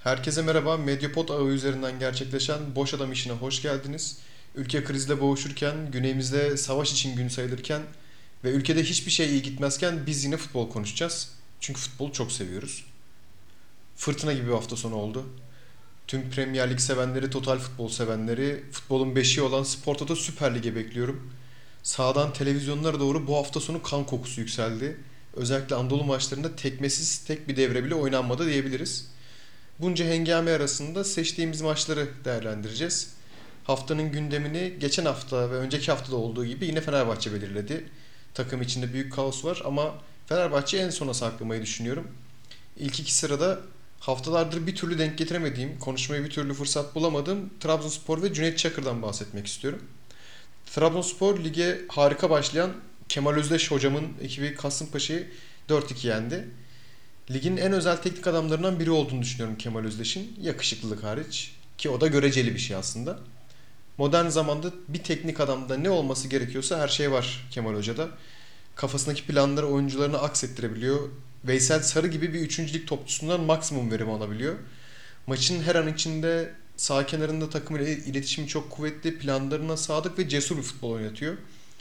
Herkese merhaba. Medyapod ağı üzerinden gerçekleşen Boş Adam işine hoş geldiniz. Ülke krizle boğuşurken, güneyimizde savaş için gün sayılırken ve ülkede hiçbir şey iyi gitmezken biz yine futbol konuşacağız. Çünkü futbolu çok seviyoruz. Fırtına gibi bir hafta sonu oldu. Tüm Premier Lig sevenleri, total futbol sevenleri, futbolun beşiği olan Spor Toto Süper Lig'e bekliyorum. Sağdan televizyonlara doğru bu hafta sonu kan kokusu yükseldi. Özellikle Anadolu maçlarında tekmesiz tek bir devre bile oynanmadı diyebiliriz. Bunca hengame arasında seçtiğimiz maçları değerlendireceğiz. Haftanın gündemini geçen hafta ve önceki haftada olduğu gibi yine Fenerbahçe belirledi. Takım içinde büyük kaos var ama Fenerbahçe'yi en sona saklamayı düşünüyorum. İlk iki sırada haftalardır bir türlü denk getiremediğim, konuşmaya bir türlü fırsat bulamadığım Trabzonspor ve Cüneyt Çakır'dan bahsetmek istiyorum. Trabzonspor lige harika başlayan Kemal Özdeş hocamın ekibi Kasımpaşa'yı 4-2 yendi. Ligin en özel teknik adamlarından biri olduğunu düşünüyorum Kemal Özdeş'in. Yakışıklılık hariç. Ki o da göreceli bir şey aslında. Modern zamanda bir teknik adamda ne olması gerekiyorsa her şey var Kemal Hoca'da. Kafasındaki planları oyuncularına aksettirebiliyor. Veysel Sarı gibi bir üçüncülük topçusundan maksimum verim alabiliyor. Maçın her an içinde sağ kenarında takımıyla iletişimi çok kuvvetli, planlarına sadık ve cesur bir futbol oynatıyor.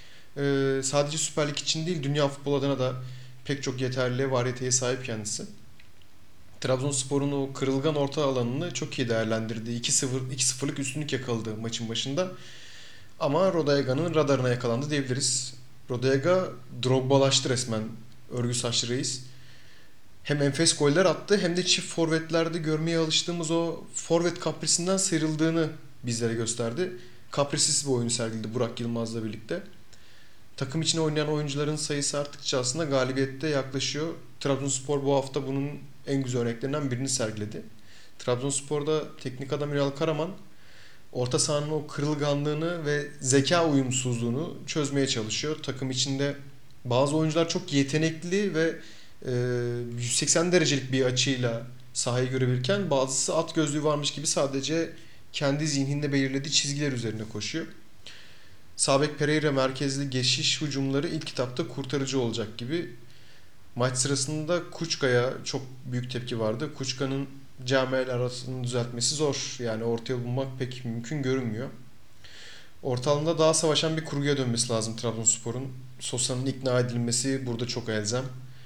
Sadece Süper Lig için değil, dünya futbol adına da pek çok yeterli variyeteye sahip kendisi. Trabzonspor'un o kırılgan orta alanını çok iyi değerlendirdi. 2-0, 2-0'lık üstünlük yakaladı maçın başında. Ama Rodallega'nın radarına yakalandı diyebiliriz. Rodallega Drogba'laştı resmen, örgü saçlı reis. Hem enfes goller attı hem de çift forvetlerde görmeye alıştığımız o forvet kaprisinden sıyrıldığını bizlere gösterdi. Kaprisiz bir oyun sergiledi Burak Yılmaz'la birlikte. Takım için oynayan oyuncuların sayısı arttıkça aslında galibiyette yaklaşıyor. Trabzonspor bu hafta bunun en güzel örneklerinden birini sergiledi. Trabzonspor'da teknik adam Ünal Karaman orta sahanın o kırılganlığını ve zeka uyumsuzluğunu çözmeye çalışıyor. Takım içinde bazı oyuncular çok yetenekli ve 180 derecelik bir açıyla sahayı görebilirken bazısı at gözlüğü varmış gibi sadece kendi zihninde belirlediği çizgiler üzerine koşuyor. Sabek Pereira merkezli geçiş hücumları ilk kitapta kurtarıcı olacak gibi. Maç sırasında Kuşka'ya çok büyük tepki vardı. Kuşka'nın Camia'yla arasını düzeltmesi zor. Yani orta yol bulmak pek mümkün görünmüyor. Orta alanda daha savaşan bir kurguya dönmesi lazım Trabzonspor'un. Sosa'nın ikna edilmesi burada çok elzem.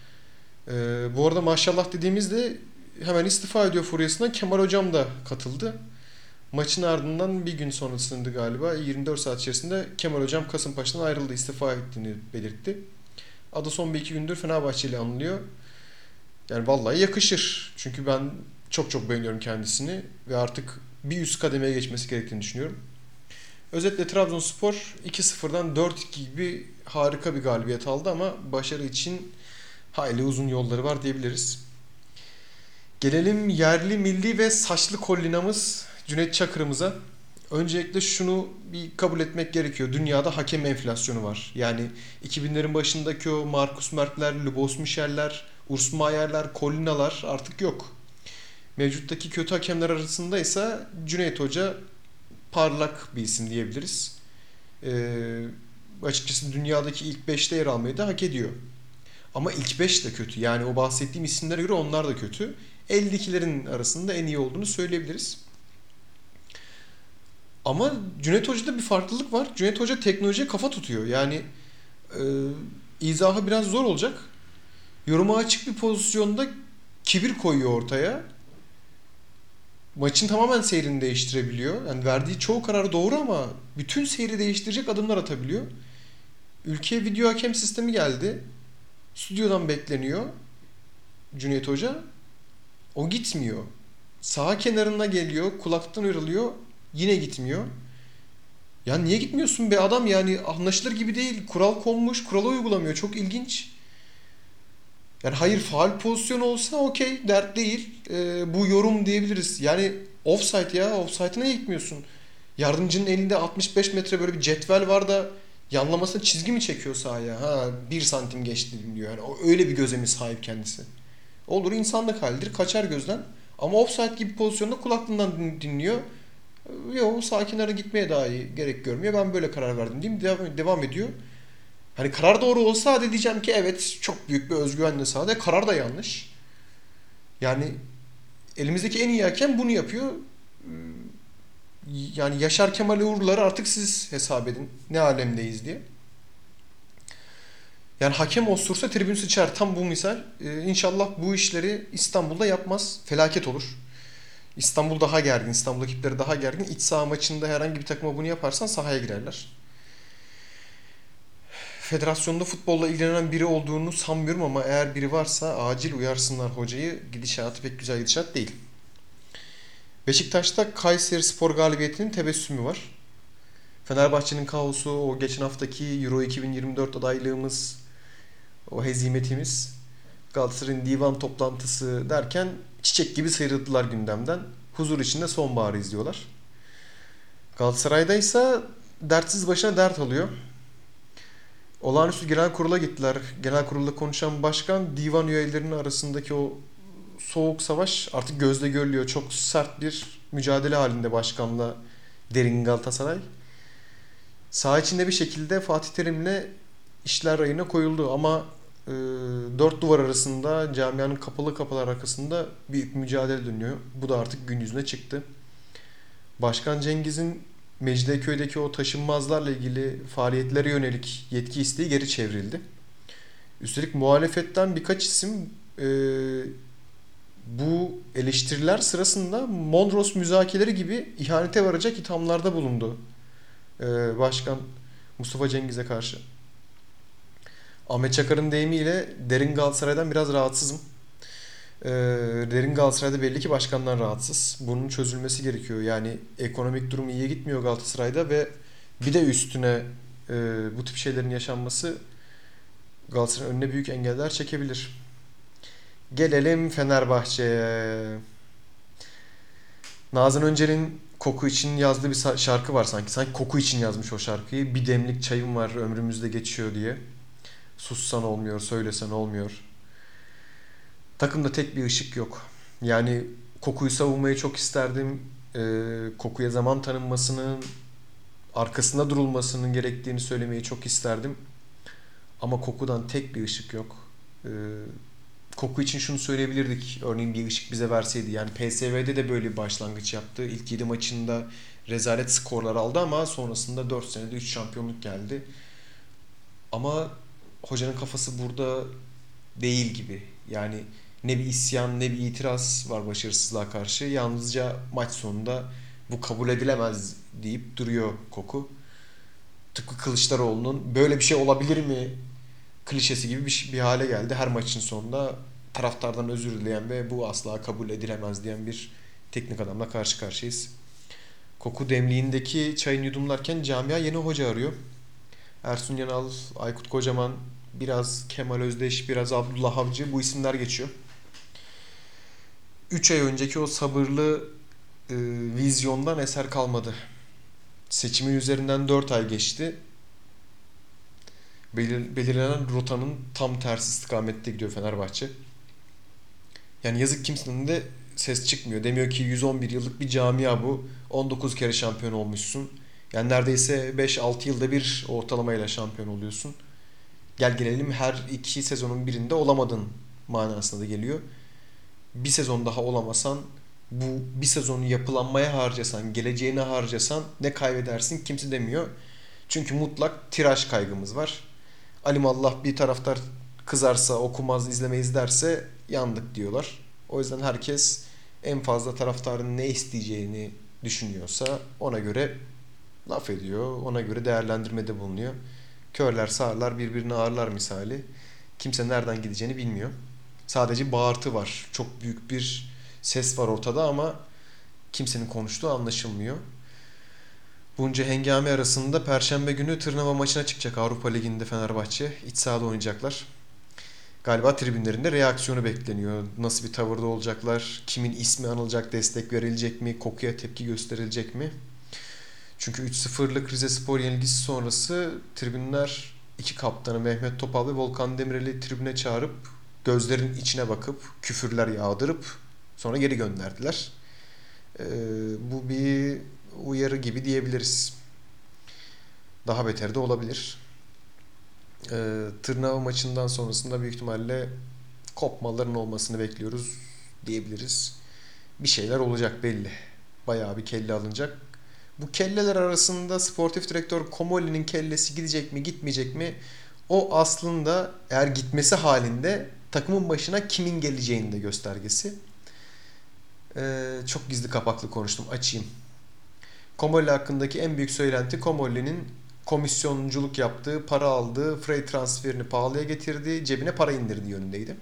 Bu arada maşallah dediğimizde hemen istifa ediyor furyasına. Kemal Hocam da katıldı. Maçın ardından bir gün sonrasında galiba 24 saat içerisinde Kemal Hocam Kasımpaşa'dan ayrıldı, istifa ettiğini belirtti. Adı son bir iki gündür Fenerbahçe ile anılıyor. Yani vallahi yakışır. Çünkü ben çok çok beğeniyorum kendisini ve artık bir üst kademeye geçmesi gerektiğini düşünüyorum. Özetle Trabzonspor 2-0'dan 4-2 gibi harika bir galibiyet aldı ama başarı için hayli uzun yolları var diyebiliriz. Gelelim yerli, milli ve saçlı kollinamız Cüneyt Çakır'ımıza. Öncelikle şunu bir kabul etmek gerekiyor. Dünyada hakem enflasyonu var. Yani 2000'lerin başındaki o Markus Merk'ler, Lubos Michel'ler, Urs Mayer'ler, Collina'lar artık yok. Mevcuttaki kötü hakemler arasında ise Cüneyt Hoca parlak bir isim diyebiliriz. Açıkçası dünyadaki ilk 5'te yer almayı da hak ediyor. Ama ilk 5 de kötü. Yani o bahsettiğim isimlere göre onlar da kötü. 52'lerin arasında en iyi olduğunu söyleyebiliriz. Ama Cüneyt Hoca'da bir farklılık var. Cüneyt Hoca teknolojiye kafa tutuyor. Yani e, izahı biraz zor olacak. Yoruma açık bir pozisyonda kibir koyuyor ortaya. Maçın tamamen seyrini değiştirebiliyor. Yani verdiği çoğu karar doğru ama bütün seyri değiştirecek adımlar atabiliyor. Ülkeye video hakem sistemi geldi. Stüdyodan bekleniyor Cüneyt Hoca. O gitmiyor. Sağ kenarına geliyor, kulaktan ayrılıyor, yine gitmiyor. Ya niye gitmiyorsun be adam, yani anlaşılır gibi değil. Kural konmuş, kuralı uygulamıyor. Çok ilginç. Yani hayır, faul pozisyonu olsa okey, dert değil. Bu yorum diyebiliriz. Yani offside ya, offside'ına gitmiyorsun. Yardımcının elinde 65 metre böyle bir cetvel var da yanlamasına çizgi mi çekiyor sahaya? Ha, 1 santim geçti diyor. Yani öyle bir göze mi sahip kendisi? Olur, insanlık halidir, kaçar gözden. Ama offside gibi pozisyonda kulaklığından dinliyor. Yok, sakinlere gitmeye dahi gerek görmüyor. Ben böyle karar verdim diyeyim, devam ediyor. Hani karar doğru olsa hadi diyeceğim ki evet, çok büyük bir özgüvenle sahada. Karar da yanlış. Yani Elimizdeki en iyi hakem bunu yapıyor. Yani Yaşar Kemal Uğurluları artık siz hesap edin. Ne alemdeyiz diye. Yani hakem osursa tribün sıçar. Tam bu misal. İnşallah bu işleri İstanbul'da yapmaz. Felaket olur. İstanbul daha gergin. İstanbul ekipleri daha gergin. İç saha maçında herhangi bir takıma bunu yaparsan sahaya girerler. Federasyonda futbolla ilgilenen biri olduğunu sanmıyorum ama eğer biri varsa acil uyarsınlar hocayı. Gidişatı pek güzel gidişat değil. Beşiktaş'ta Kayserispor galibiyetinin tebessümü var. Fenerbahçe'nin kaosu, o geçen haftaki Euro 2024 adaylığımız, o hezimetimiz, Galatasaray'ın divan toplantısı derken çiçek gibi sıyrıldılar gündemden. Huzur içinde sonbaharı izliyorlar. Galatasaray'da ise dertsiz başına dert alıyor. Olağanüstü genel kurula gittiler. Genel kurulda konuşan başkan divan üyelerinin arasındaki o soğuk savaş artık gözle görülüyor. Çok sert bir mücadele halinde başkanla derin Galatasaray. Saha içinde bir şekilde Fatih Terim'le işler rayına koyuldu ama dört duvar arasında camianın kapalı kapılar arkasında büyük mücadele dönüyor. Bu da artık gün yüzüne çıktı. Başkan Cengiz'in Mecidiyeköy'deki o taşınmazlarla ilgili faaliyetlere yönelik yetki isteği geri çevrildi. Üstelik muhalefetten birkaç isim bu eleştiriler sırasında Mondros müzakereleri gibi ihanete varacak ithamlarda bulundu Başkan Mustafa Cengiz'e karşı. Ahmet Çakar'ın deyimiyle derin Galatasaray'dan biraz rahatsızım. Derin Galatasaray'da belli ki başkandan rahatsız. Bunun çözülmesi gerekiyor. Yani ekonomik durum iyiye gitmiyor Galatasaray'da ve bir de üstüne bu tip şeylerin yaşanması Galatasaray'ın önüne büyük engeller çekebilir. Gelelim Fenerbahçe'ye. Nazan Öncel'in Koku için yazdığı bir şarkı var sanki. Sanki Koku için yazmış o şarkıyı. Bir demlik çayım var ömrümüzde geçiyor diye. Sussan olmuyor, söylesen olmuyor. Takımda tek bir ışık yok. Yani Koku'yu savunmayı çok isterdim. Koku'ya zaman tanınmasının, arkasında durulmasının gerektiğini söylemeyi çok isterdim. Ama Koku'dan tek bir ışık yok. Ee, Koku için şunu söyleyebilirdik. Örneğin bir ışık bize verseydi. Yani PSV'de de böyle bir başlangıç yaptı. İlk 7 maçında rezalet skorlar aldı ama sonrasında 4 senede 3 şampiyonluk geldi. Ama hocanın kafası burada değil gibi. Yani ne bir isyan ne bir itiraz var başarısızlığa karşı. Yalnızca maç sonunda bu kabul edilemez deyip duruyor Koku. Tıpkı Kılıçdaroğlu'nun böyle bir şey olabilir mi klişesi gibi bir hale geldi. Her maçın sonunda taraftardan özür dileyen ve bu asla kabul edilemez diyen bir teknik adamla karşı karşıyayız. Koku demliğindeki çayını yudumlarken camia yeni hoca arıyor. Ersun Yanal, Aykut Kocaman, biraz Kemal Özdeş, biraz Abdullah Avcı bu isimler geçiyor. 3 ay önceki o sabırlı vizyondan eser kalmadı. Seçimin üzerinden 4 ay geçti. Belirlenen rotanın tam tersi istikamette gidiyor Fenerbahçe. Yani yazık kimsenin de ses çıkmıyor. Demiyor ki 111 yıllık bir camia bu. 19 kere şampiyon olmuşsun. Yani neredeyse 5-6 yılda bir ortalamayla şampiyon oluyorsun. Gel gelelim her iki sezonun birinde olamadın manasına da geliyor. Bir sezon daha olamasan bu bir sezonu yapılanmaya harcasan, geleceğine harcasan ne kaybedersin kimse demiyor. Çünkü mutlak tiraj kaygımız var. Alimallah bir taraftar kızarsa, okumaz, izlemeyiz derse yandık diyorlar. O yüzden herkes en fazla taraftarın ne isteyeceğini düşünüyorsa ona göre laf ediyor, ona göre değerlendirmede bulunuyor. Körler sağırlar birbirini ağırlar misali. Kimse nereden gideceğini bilmiyor. Sadece bağırtı var. Çok büyük bir ses var ortada ama kimsenin konuştuğu anlaşılmıyor. Bunca hengame arasında Perşembe günü Tırnava maçına çıkacak Avrupa Ligi'nde Fenerbahçe. İç sahada oynayacaklar. Galiba tribünlerinde reaksiyonu bekleniyor. Nasıl bir tavırda olacaklar? Kimin ismi anılacak? Destek verilecek mi? Kokuya tepki gösterilecek mi? Çünkü 3-0'lık Rizespor yenilgisi sonrası tribünler iki kaptanı Mehmet Topal ve Volkan Demirel'i tribüne çağırıp gözlerin içine bakıp küfürler yağdırıp sonra geri gönderdiler. Ee, Bu bir uyarı gibi diyebiliriz. Daha beter de olabilir. Tırnava maçından sonrasında büyük ihtimalle kopmaların olmasını bekliyoruz diyebiliriz. Bir şeyler olacak belli. Bayağı bir kelle alınacak. Bu kelleler arasında sportif direktör Komolli'nin kellesi gidecek mi gitmeyecek mi? O aslında eğer gitmesi halinde takımın başına kimin geleceğinin de göstergesi. Çok gizli kapaklı konuştum, açayım. Komolli hakkındaki en büyük söylenti Komolli'nin komisyonculuk yaptığı, para aldığı, Frey transferini pahalıya getirdiği, cebine para indirdiği yönündeydi.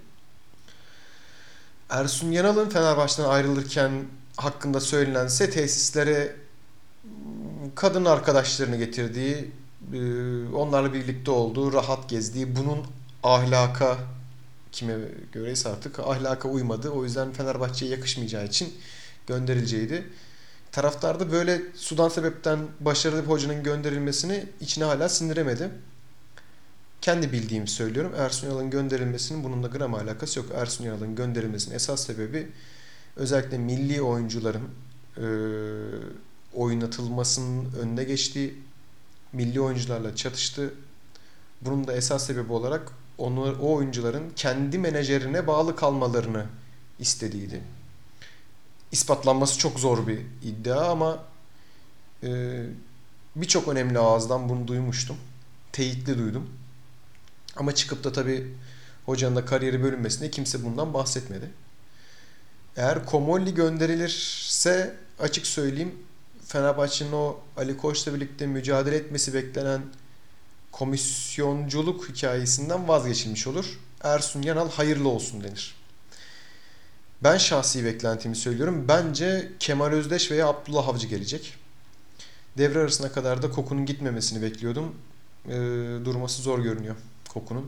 Ersun Yanal'ın Fenerbahçe'den ayrılırken hakkında söylenense tesislere kadın arkadaşlarını getirdiği, onlarla birlikte olduğu, rahat gezdiği, bunun ahlaka, kime göreyse artık ahlaka uymadı. O yüzden Fenerbahçe'ye yakışmayacağı için gönderileceğiydi. Taraftar da böyle sudan sebepten başarılı bir hocanın gönderilmesini içine hala sindiremedi. Kendi bildiğimi söylüyorum. Ersun Yanal'ın gönderilmesinin bununla gram alakası yok. Ersun Yanal'ın gönderilmesinin esas sebebi özellikle milli oyuncuların e, oynatılmasının önüne geçtiği, milli oyuncularla çatıştı. Bunun da esas sebebi olarak o oyuncuların kendi menajerine bağlı kalmalarını istediğiydi. İspatlanması çok zor bir iddia ama e, birçok önemli ağızdan bunu duymuştum. Teyitli duydum. Ama çıkıp da tabii hocanın da kariyeri bölünmesinde kimse bundan bahsetmedi. Eğer Komolli gönderilirse açık söyleyeyim, Fenerbahçe'nin o Ali Koç'la birlikte mücadele etmesi beklenen komisyonculuk hikayesinden vazgeçilmiş olur. Ersun Yanal hayırlı olsun denir. Ben şahsi beklentimi söylüyorum. Bence Kemal Özdeş veya Abdullah Avcı gelecek. Devre arasına kadar da Koku'nun gitmemesini bekliyordum. Durması zor görünüyor Koku'nun.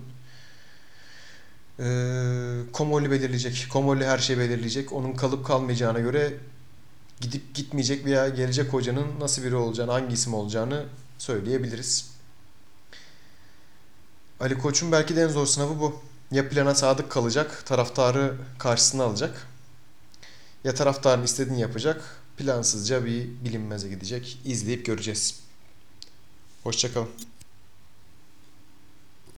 Komolli belirleyecek. Komolli her şeyi belirleyecek. Onun kalıp kalmayacağına göre gidip gitmeyecek veya gelecek hocanın nasıl biri olacağını, hangi isim olacağını söyleyebiliriz. Ali Koç'un belki de en zor sınavı bu. Ya plana sadık kalacak, taraftarı karşısına alacak. Ya taraftarın istediğini yapacak, plansızca bir bilinmeze gidecek. İzleyip göreceğiz. Hoşça kalın.